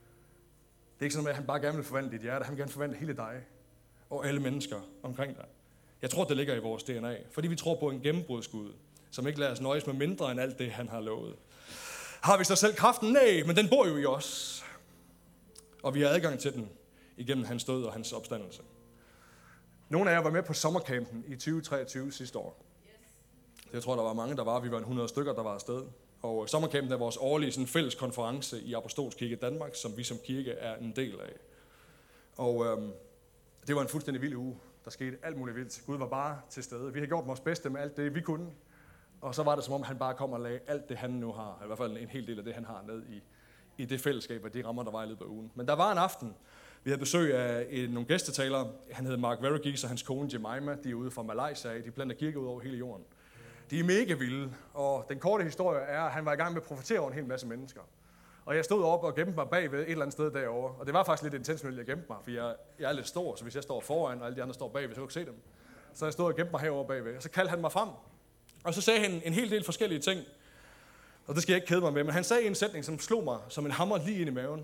Speaker 1: er ikke sådan, at han bare gerne vil forvandle dit hjerte. Han vil gerne forvandle hele dig og alle mennesker omkring dig. Jeg tror, det ligger i vores DNA. Fordi vi tror på en gennembrudsgud, som ikke lader os nøjes med mindre end alt det, han har lovet. Har vi så selv kraften? Nej, men den bor jo i os. Og vi har adgang til den igennem hans død og hans opstandelse. Nogle af jer var med på sommercampen i 2023 sidste år. Jeg tror, der var mange, der var. Vi var 100 stykker, der var afsted. Og sommercampen er vores årlige sådan, fælles konference i Apostolsk Kirke Danmark, som vi som kirke er en del af. Og det var en fuldstændig vild uge. Der skete alt muligt vildt. Gud var bare til stede. Vi har gjort vores bedste med alt det, vi kunne. Og så var det, som om han bare kom og lagde alt det, han nu har, i hvert fald en hel del af det, han har, ned i det fællesskab og de rammer, der var i løbet af ugen. Men der var en aften. Vi havde besøg af nogle gæstetalere. Han hedder Mark Verghese og hans kone Jemima. De er ude fra Malaysia. De planter kirke ud over hele jorden. De er mega vilde. Og den korte historie er, at han var i gang med at profetere over en hel masse mennesker. Og jeg stod op og gemte mig bagved et eller andet sted derovre. Og det var faktisk lidt intentionelt, at jeg gemte mig, for jeg er lidt stor, så hvis jeg står foran, og alle de andre står bagved, så kan du ikke se dem. Så jeg stod og gemte mig herovre bagved. Og så kaldte han mig frem. Og så sagde han en hel del forskellige ting. Og det skal jeg ikke kede mig med, men han sagde en sætning, som slog mig som en hammer lige ind i maven.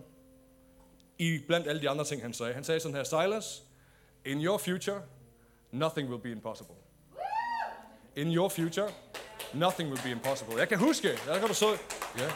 Speaker 1: I blandt alle de andre ting, han sagde. Han sagde sådan her: Silas, in your future, nothing will be impossible. In your future, nothing will be impossible. Jeg kan huske, der kan du så. Ja.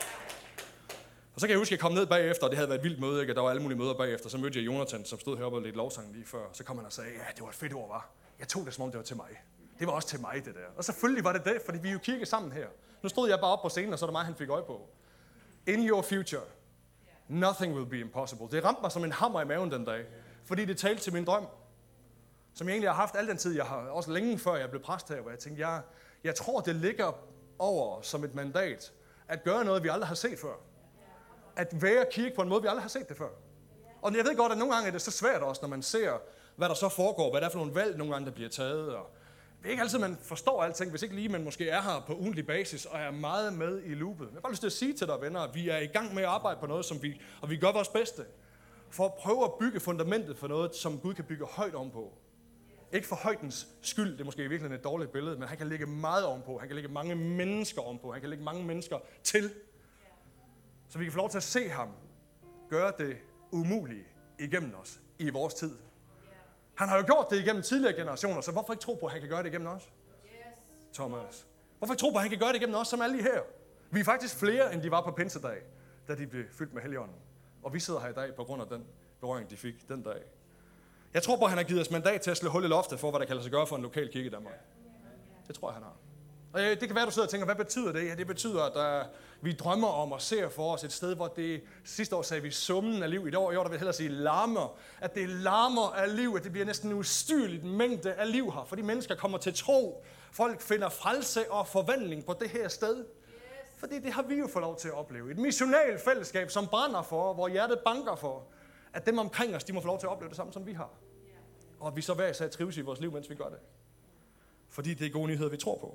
Speaker 1: Og så kan jeg huske, at jeg kom ned bagefter, og det havde været et vildt møde, ikke? Der var alle mulige møder bagefter. Så mødte jeg Jonathan, som stod heroppe og lidt lovsang lige før. Så kom han og sagde, ja, det var et fedt ord, var. Jeg tog det, som om det var til mig. Det var også til mig, det der. Og selvfølgelig var det det, fordi vi er jo kirke sammen her. Nu stod jeg bare op på scenen, og så er det mig, han fik øje på. In your future, nothing will be impossible. Det ramte mig som en hammer i maven den dag, fordi det talte til min drøm, som jeg egentlig har haft al den tid. Jeg har også længe før jeg blev præst her, hvor jeg tænkte, jeg tror, det ligger over som et mandat, at gøre noget, vi aldrig har set før. At være kirke på en måde, vi aldrig har set det før. Og jeg ved godt, at nogle gange er det så svært også, når man ser, hvad der så foregår, hvad der er for nogle valg, nogle gange, der bliver taget. Og det er ikke altid, man forstår alting, hvis ikke lige man måske er her på ugentlig basis og er meget med i loopet. Jeg har bare lyst til at sige til dig, venner, at vi er i gang med at arbejde på noget, og vi gør vores bedste for at prøve at bygge fundamentet for noget, som Gud kan bygge højt ovenpå. Ikke for højdens skyld, det er måske i virkeligheden et dårligt billede, men han kan lægge meget ovenpå. Han kan lægge mange mennesker ovenpå. Han kan lægge mange mennesker til. Så vi kan få lov til at se ham gøre det umulige igennem os i vores tid. Han har jo gjort det igennem tidligere generationer, så hvorfor ikke tro på, at han kan gøre det igennem os? Thomas. Hvorfor ikke tro på, at han kan gøre det igennem os, som alle I her? Vi er faktisk flere, end de var på pinsedag, da de blev fyldt med Helligånden. Og vi sidder her i dag på grund af den berøring, de fik den dag. Jeg tror på, at han har givet os mandat til at slå hul i loftet for, hvad der kan lade sig gøre for en lokal kirke i Danmark. Det tror jeg, han har. Og det kan være, du sidder og tænker, hvad betyder det? Ja, det betyder, at vi drømmer om og ser for os et sted, hvor det sidste år sagde vi summen af liv. I år der vil jeg hellere sige larmer. At det larmer af liv, at det bliver næsten en ustyrligt mængde af liv her. Fordi mennesker kommer til tro. Folk finder frelse og forvandling på det her sted. Fordi det har vi jo fået lov til at opleve. Et missionalt fællesskab, som brænder for, hvor hjertet banker for. At dem omkring os, de må få lov til at opleve det samme, som vi har. Og at vi så hver især trives i vores liv, mens vi gør det. Fordi det er gode nyheder, vi tror på.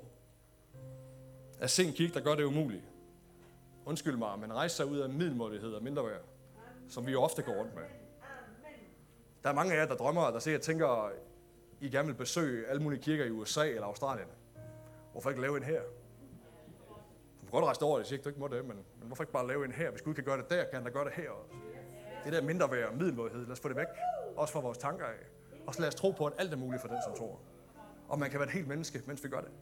Speaker 1: At se en kirke, der gør det umuligt. Undskyld mig, men rejse sig ud af middelmådighed og mindreværd, som vi jo ofte går rundt med. Der er mange af jer, der drømmer, der sikkert tænker, I gerne vil besøge alle mulige kirker i USA eller Australien. Hvorfor ikke lave en her? Du kan godt rejse over, jeg siger ikke, du ikke må det, men hvorfor ikke bare lave en her? Hvis Gud kan gøre det der, kan han da gøre det her også. Det der mindreværd og middelmådighed, lad os få det væk. Også fra vores tanker af. Og så lad os tro på, at alt er muligt for den, som tror. Og man kan være et helt menneske, mens vi gør det.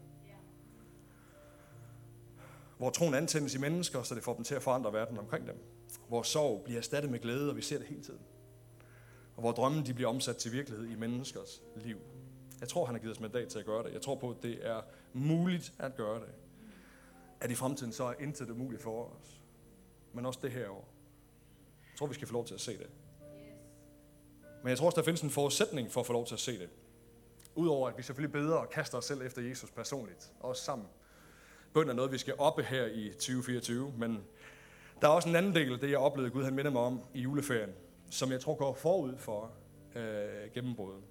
Speaker 1: Hvor troen antændes i mennesker, så det får dem til at forandre verden omkring dem. Hvor sorg bliver erstattet med glæde, og vi ser det hele tiden. Og hvor drømmen de bliver omsat til virkelighed i menneskers liv. Jeg tror, han har givet os mandat til at gøre det. Jeg tror på, at det er muligt at gøre det. At i fremtiden så er intet umuligt for os. Men også det her år. Jeg tror, vi skal få lov til at se det. Men jeg tror også, der findes en forudsætning for at få lov til at se det. Udover at vi selvfølgelig beder og kaster os selv efter Jesus personligt. Også sammen. Bøn er noget, vi skal oppe her i 2024, men der er også en anden del af det, jeg oplevede, Gud han minder mig om i juleferien, som jeg tror går forud for gennembruddet.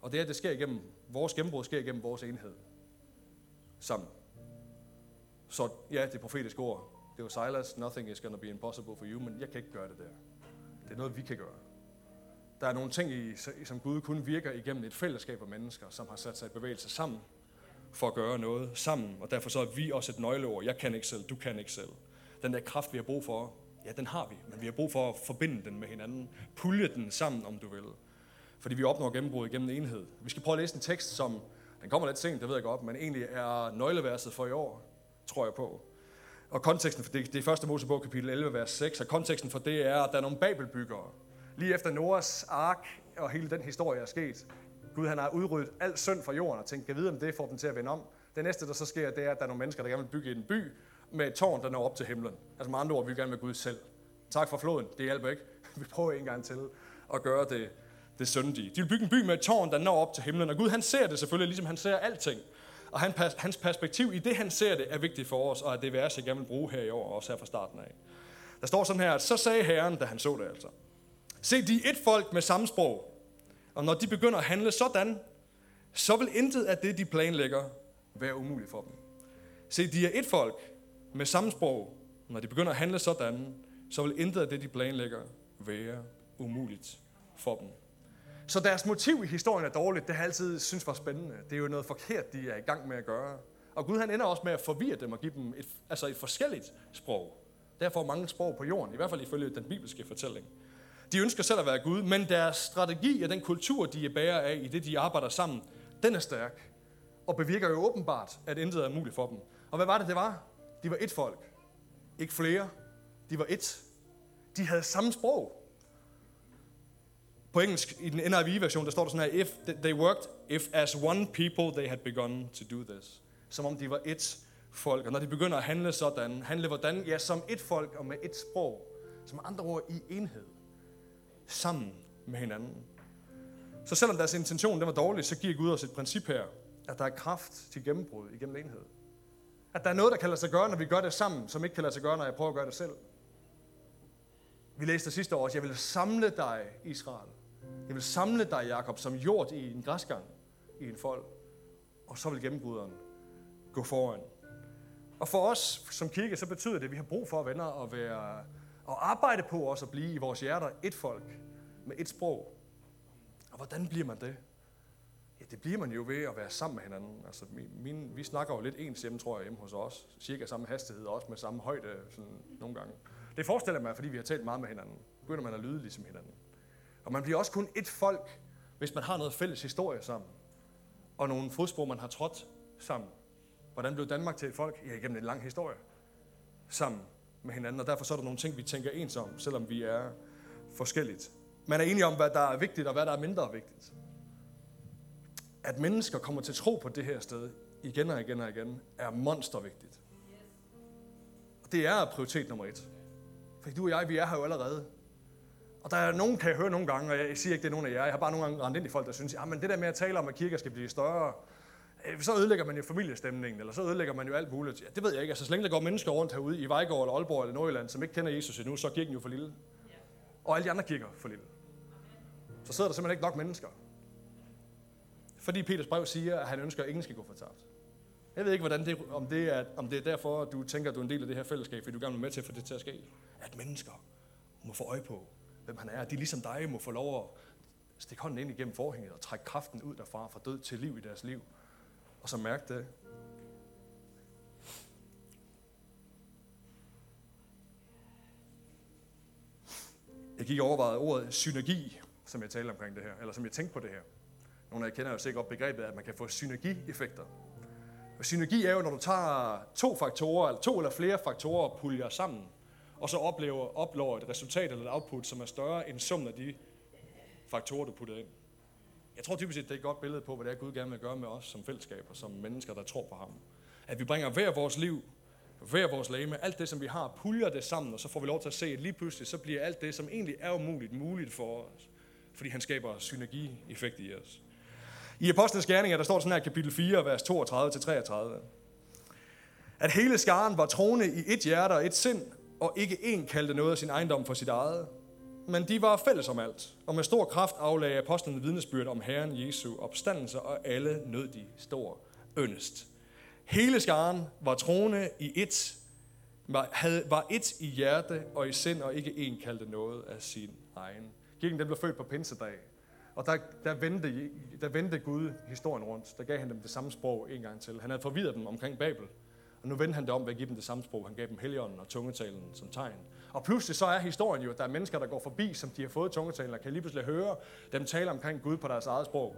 Speaker 1: Og det er, at det sker igennem, vores gennembrud sker igennem vores enhed. Sammen. Så ja, det profetiske ord. Det var Silas, nothing is gonna be impossible for you, men jeg kan ikke gøre det der. Det er noget, vi kan gøre. Der er nogle ting, som Gud kun virker igennem et fællesskab af mennesker, som har sat sig i bevægelse sammen for at gøre noget sammen. Og derfor så er vi også et nøgleord. Jeg kan ikke selv, du kan ikke selv. Den der kraft, vi har brug for, ja, den har vi. Men vi har brug for at forbinde den med hinanden. Pulje den sammen, om du vil. Fordi vi opnår gennembrud igennem enhed. Vi skal prøve at læse en tekst, som, den kommer lidt sent, det ved jeg godt, men egentlig er nøgleverset for i år, tror jeg på. Og konteksten for det er 1. Mosebog kapitel 11, vers 6, og konteksten for det er, at der er nogle babelbyggere. Lige efter Noahs ark og hele den historie er sket. Gud han har udryddet al synd fra jorden og tænkt, kan vide om det får dem til at vende om. Det næste, der så sker, det er, at der er nogle mennesker, der gerne vil bygge en by med et tårn, der når op til himlen. Altså med andre ord, vi vil gerne med Gud selv. Tak for floden, det hjælper ikke. Vi prøver en gang til at gøre det syndige. De vil bygge en by med et tårn, der når op til himlen, og Gud han ser det selvfølgelig, ligesom han ser alting. Og hans perspektiv i det, han ser det, er vigtigt for os, og er det vers, jeg gerne vil bruge her i år, også her fra starten af. Der står sådan her, at så sagde Herren, da han så det altså. Se, de er et folk med samme sprog, og når de begynder at handle sådan, så vil intet af det, de planlægger, være umuligt for dem. Se, de er et folk med samme sprog, når de begynder at handle sådan, så vil intet af det, de planlægger, være umuligt for dem. Så deres motiv i historien er dårligt, det har jeg altid synes var spændende. Det er jo noget forkert, de er i gang med at gøre. Og Gud han ender også med at forvirre dem og give dem et forskelligt sprog. Derfor er mange sprog på jorden, i hvert fald ifølge den bibelske fortælling. De ønsker selv at være Gud, men deres strategi og den kultur, de er bærer af i det, de arbejder sammen, den er stærk. Og bevirker jo åbenbart, at intet er muligt for dem. Og hvad var det var? De var et folk. Ikke flere. De var et. De havde samme sprog. På engelsk, i den NIV-version, der står der sådan her, if as one people they had begun to do this. Som om de var et folk. Og når de begynder at handle sådan, handle hvordan? Ja, som et folk og med et sprog. Som andre ord i enhed. Sammen med hinanden. Så selvom deres intention den var dårlig, så giver Gud os et princip her, at der er kraft til gennembrud igennem enhed. At der er noget, der kan lade sig gøre, når vi gør det sammen, som ikke kan lade sig gøre, når jeg prøver at gøre det selv. Vi læste sidste år, at jeg vil samle dig, Israel. Jeg vil samle dig, Jakob, som jord i en græsgang i en fold. Og så vil gennembruderen gå foran. Og for os som kirke, så betyder det, at vi har brug for venner og arbejde på os at blive i vores hjerter et folk med et sprog. Og hvordan bliver man det? Ja, det bliver man jo ved at være sammen med hinanden. Altså, vi snakker jo lidt ens hjemme, tror jeg, hjemme hos os. Cirka samme hastighed, også med samme højde sådan, nogle gange. Det forestiller mig, fordi vi har talt meget med hinanden. Begynder man at lyde ligesom hinanden. Og man bliver også kun et folk, hvis man har noget fælles historie sammen. Og nogle fodspor, man har trådt sammen. Hvordan blev Danmark til et folk? Ja, igennem en lang historie. Sammen med hinanden. Og derfor så er der nogle ting, vi tænker ens om, selvom vi er forskelligt. Man er enige om, hvad der er vigtigt, og hvad der er mindre vigtigt. At mennesker kommer til tro på det her sted, igen og igen og igen, er monstervigtigt. Og det er prioritet nummer 1. For du og jeg, vi er her jo allerede. Og der er nogen, kan jeg høre nogle gange, og jeg siger ikke, det er nogen af jer. Jeg har bare nogle gange rendt ind i folk, der synes, men det der med at tale om, at kirker skal blive større, så ødelægger man jo familiestemningen, eller så ødelægger man jo alt muligt. Ja, det ved jeg ikke. Altså, så længe der går mennesker rundt herude i Vejgaard eller Aalborg eller Nordjylland, som ikke kender Jesus endnu, så er kirken jo for lille. Og alle de andre kirker for lille. Så sidder der simpelthen ikke nok mennesker. Fordi Peters brev siger, at han ønsker, at ingen skal gå fortabt. Jeg ved ikke, om det er derfor, at du tænker, at du er en del af det her fællesskab, fordi du gerne vil med til at få det til at ske. At mennesker må få øje på, hvem han er. At de ligesom dig må få lov at stikke hånden ind igennem forhænget og trække kraften ud derfra, fra død til liv i deres liv. Og så mærke det. Jeg gik og overvejede ordet synergi, som jeg talte omkring det her, eller som jeg tænkte på det her. Nogle af jer kender jo sikkert begrebet, at man kan få synergieffekter. Og synergi er jo, når du tager to eller flere faktorer og puljer sammen, og så opnår et resultat eller et output, som er større end summen af de faktorer, du putter ind. Jeg tror typisk, at det er et godt billede på, hvad det er, Gud gerne vil gøre med os som fællesskab og som mennesker, der tror på ham. At vi bringer hver vores liv, hver vores legeme, alt det, som vi har, puljer det sammen, og så får vi lov til at se, at lige pludselig, så bliver alt det, som egentlig er umuligt, muligt for os. Fordi han skaber synergieffekt i os. I Apostlenes Gerninger, der står sådan her kapitel 4, vers 32-33. At hele skaren var troende i et hjerte og et sind, og ikke én kaldte noget af sin ejendom for sit eget, Men de var fælles om alt, og med stor kraft aflagde apostlene vidnesbyrd om Herren Jesu opstandelse, og alle nød de stor yndest. Hele skaren var troende i ét, var ét i hjerte og i sind, og ikke en kaldte noget af sin egen. Kirken den blev født på pinsedag, og der vendte Gud historien rundt. Der gav han dem det samme sprog en gang til. Han havde forvirret dem omkring Babel, og nu vendte han det om ved at give dem det samme sprog. Han gav dem Helligånden og tungetalen som tegn. Og pludselig så er historien jo, at der er mennesker, der går forbi, som de har fået tungetalen, og kan lige pludselig høre dem tale omkring Gud på deres eget sprog.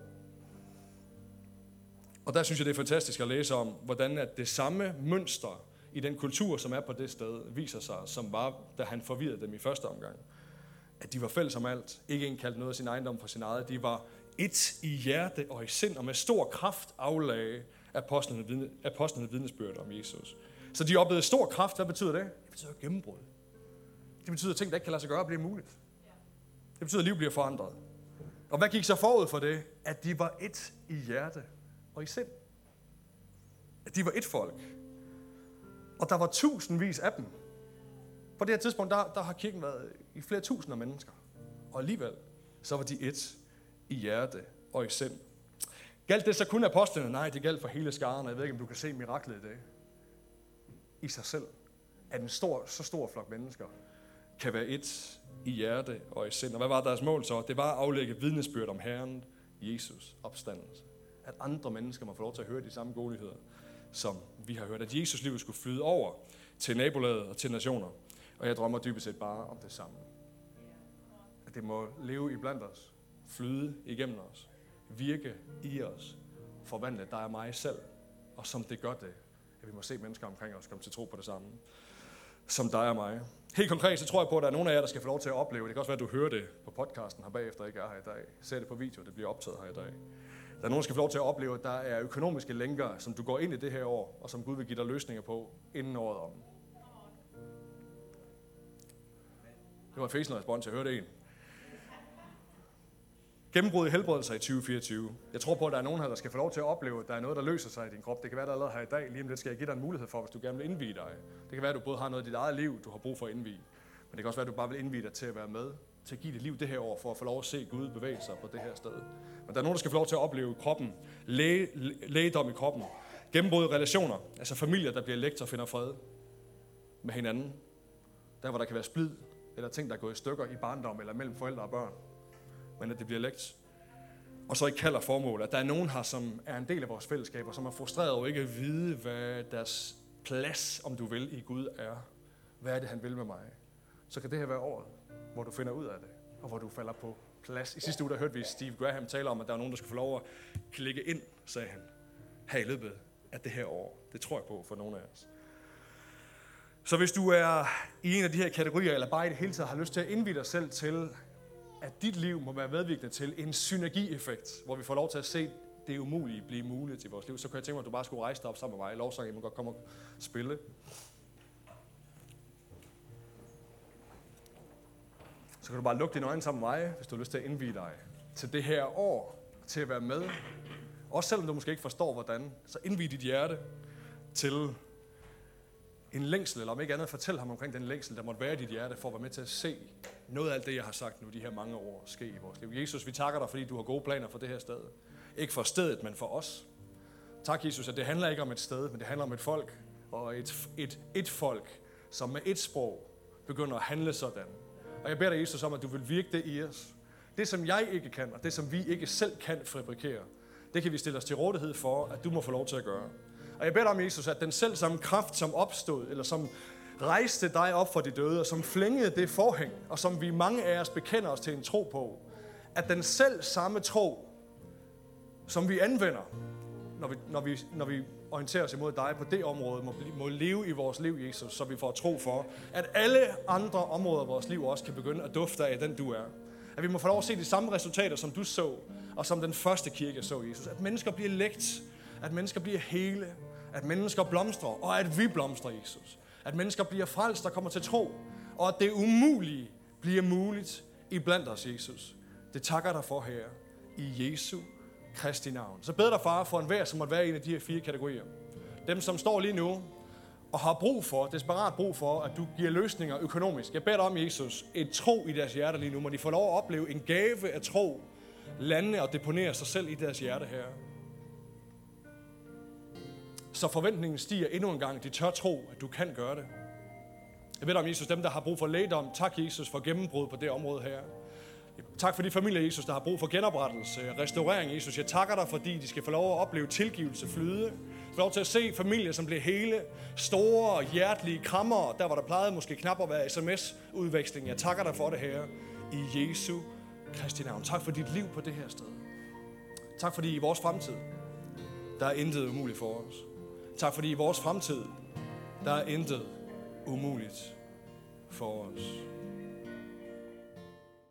Speaker 1: Og der synes jeg, det er fantastisk at læse om, hvordan at det samme mønster i den kultur, som er på det sted, viser sig, som var, da han forvirrede dem i første omgang. At de var fælles om alt. Ikke en kaldte noget af sin ejendom for sin eget. De var ét i hjerte og i sind, og med stor kraft aflagde apostlene vidnesbyrd om Jesus. Så de oplevede stor kraft. Hvad betyder det? Det betyder gennembrud. Det betyder, at ting, der ikke kan lade sig gøre, bliver muligt. Det betyder, at liv bliver forandret. Og hvad gik så forud for det? At de var ét i hjerte og i sind. At de var ét folk. Og der var tusindvis af dem. På det her tidspunkt, der har kirken været i flere tusinder mennesker. Og alligevel, så var de ét i hjerte og i sind. Galt det så kun apostlene? Nej, det galt for hele skaren, og jeg ved ikke, om du kan se miraklet i det. I sig selv. At en så stor flok mennesker kan være ét i hjerte og i sind. Og hvad var deres mål så? Det var at aflægge vidnesbyrd om Herren Jesus opstandelse. At andre mennesker må få lov til at høre de samme godligheder, som vi har hørt. At Jesus liv skulle flyde over til nabolaget og til nationer. Og jeg drømmer dybest set bare om det samme. At det må leve i blandt os. Flyde igennem os. Virke i os. Forvandle dig og mig selv. Og som det gør det, at vi må se mennesker omkring os komme til tro på det samme. Som dig og mig. Helt konkret, så tror jeg på, at der er nogle af jer, der skal få lov til at opleve. Det kan også være, at du hører det på podcasten her bagefter, ikke er her i dag. Ser det på video, det bliver optaget her i dag. Der er nogen, der skal få lov til at opleve, at der er økonomiske lænker, som du går ind i det her år, og som Gud vil give dig løsninger på, inden året om. Det var en fæsende respons, jeg hørte en. Gennembrud i helbredelse i 2024. Jeg tror på, at der er nogen her, der skal få lov til at opleve, at der er noget, der løser sig i din krop. Det kan være, der allerede her i dag. Lige om lidt skal jeg give dig en mulighed for, hvis du gerne vil indvie dig. Det kan være, at du både har noget i dit eget liv, du har brug for at indvie. Men det kan også være, at du bare vil indvie dig til at være med, til at give dit liv det her år, for at få lov at se Gud bevæge sig på det her sted. Men der er nogen, der skal få lov til at opleve kroppen, lægedom i kroppen, gennembrud i relationer, altså familier, der bliver lægt og finder fred med hinanden. Der, hvor der kan være splid, eller ting, der er gået i stykker i barndom, eller mellem forældre og børn. Men at det bliver lægt. Og så ikke kalder formål, at der er nogen her, som er en del af vores fællesskaber, som er frustreret over ikke at vide, hvad deres plads, om du vil, i Gud er. Hvad er det, han vil med mig? Så kan det her være året, hvor du finder ud af det, og hvor du falder på plads. I sidste uge, der hørte vi Steve Graham tale om, at der er nogen, der skal få lov at klikke ind, sagde han, her i løbet af det her år. Det tror jeg på for nogle af os. Så hvis du er i en af de her kategorier, eller bare i det hele taget har lyst til at indvie dig selv til, at dit liv må være medvirkende til en synergieffekt, hvor vi får lov til at se det umulige blive muligt i vores liv, så kan jeg tænke mig, at du bare skulle rejse dig op sammen med mig. I lovsang, I må godt komme og spille. Så kan du bare lukke dine øjne sammen med mig, hvis du har lyst til at indvie dig til det her år, til at være med. Også selvom du måske ikke forstår, hvordan, så indvie dit hjerte til en længsel, eller om ikke andet, fortæl ham omkring den længsel, der måtte være i dit hjerte, for at være med til at se noget af alt det, jeg har sagt nu, de her mange år, ske i vores liv. Jesus, vi takker dig, fordi du har gode planer for det her sted. Ikke for stedet, men for os. Tak, Jesus, at det handler ikke om et sted, men det handler om et folk, og et folk, som med et sprog begynder at handle sådan. Og jeg beder dig, Jesus, om, at du vil virke det i os. Det, som jeg ikke kan, og det, som vi ikke selv kan fabrikere, det kan vi stille os til rådighed for, at du må få lov til at gøre. Og jeg beder dig om, Jesus, at den selv samme kraft, som opstod, eller som rejste dig op for de døde, og som flængede det forhæng, og som vi mange af os bekender os til en tro på, at den selv samme tro, som vi anvender, når vi orienterer os imod dig på det område, må leve i vores liv, Jesus, så vi får tro for, at alle andre områder af vores liv også kan begynde at dufte af den, du er. At vi må få lov at se de samme resultater, som du så, og som den første kirke så, Jesus. At mennesker bliver lægt, at mennesker bliver hele, at mennesker blomstrer, og at vi blomstrer, Jesus. At mennesker bliver frelst og kommer til tro, og at det umulige bliver muligt iblandt os, Jesus. Det takker dig for her, i Jesu Kristi navn. Så bed dig, far, for enhver, som måtte være en af de her 4 kategorier. Dem, som står lige nu og har brug for, desperat brug for, at du giver løsninger økonomisk. Jeg beder dig om, Jesus, et tro i deres hjerte lige nu. Må de få lov at opleve en gave af tro, lande og deponere sig selv i deres hjerte, Herre. Så forventningen stiger endnu en gang. De tør tro, at du kan gøre det. Jeg beder dig om, Jesus, dem, der har brug for lægedom. Tak, Jesus, for gennembrud på det område her. Tak for de familier, Jesus, der har brug for genoprettelse, restaurering, Jesus. Jeg takker dig, fordi de skal få lov at opleve tilgivelse flyde. Få lov til at se familier, som bliver hele, store, hjertelige krammer, der hvor der plejede måske knap at være sms-udveksling. Jeg takker dig for det her i Jesu Kristi navn. Tak for dit liv på det her sted. Tak fordi i vores fremtid, der er intet umuligt for os. Tak fordi i vores fremtid, der er intet umuligt for os.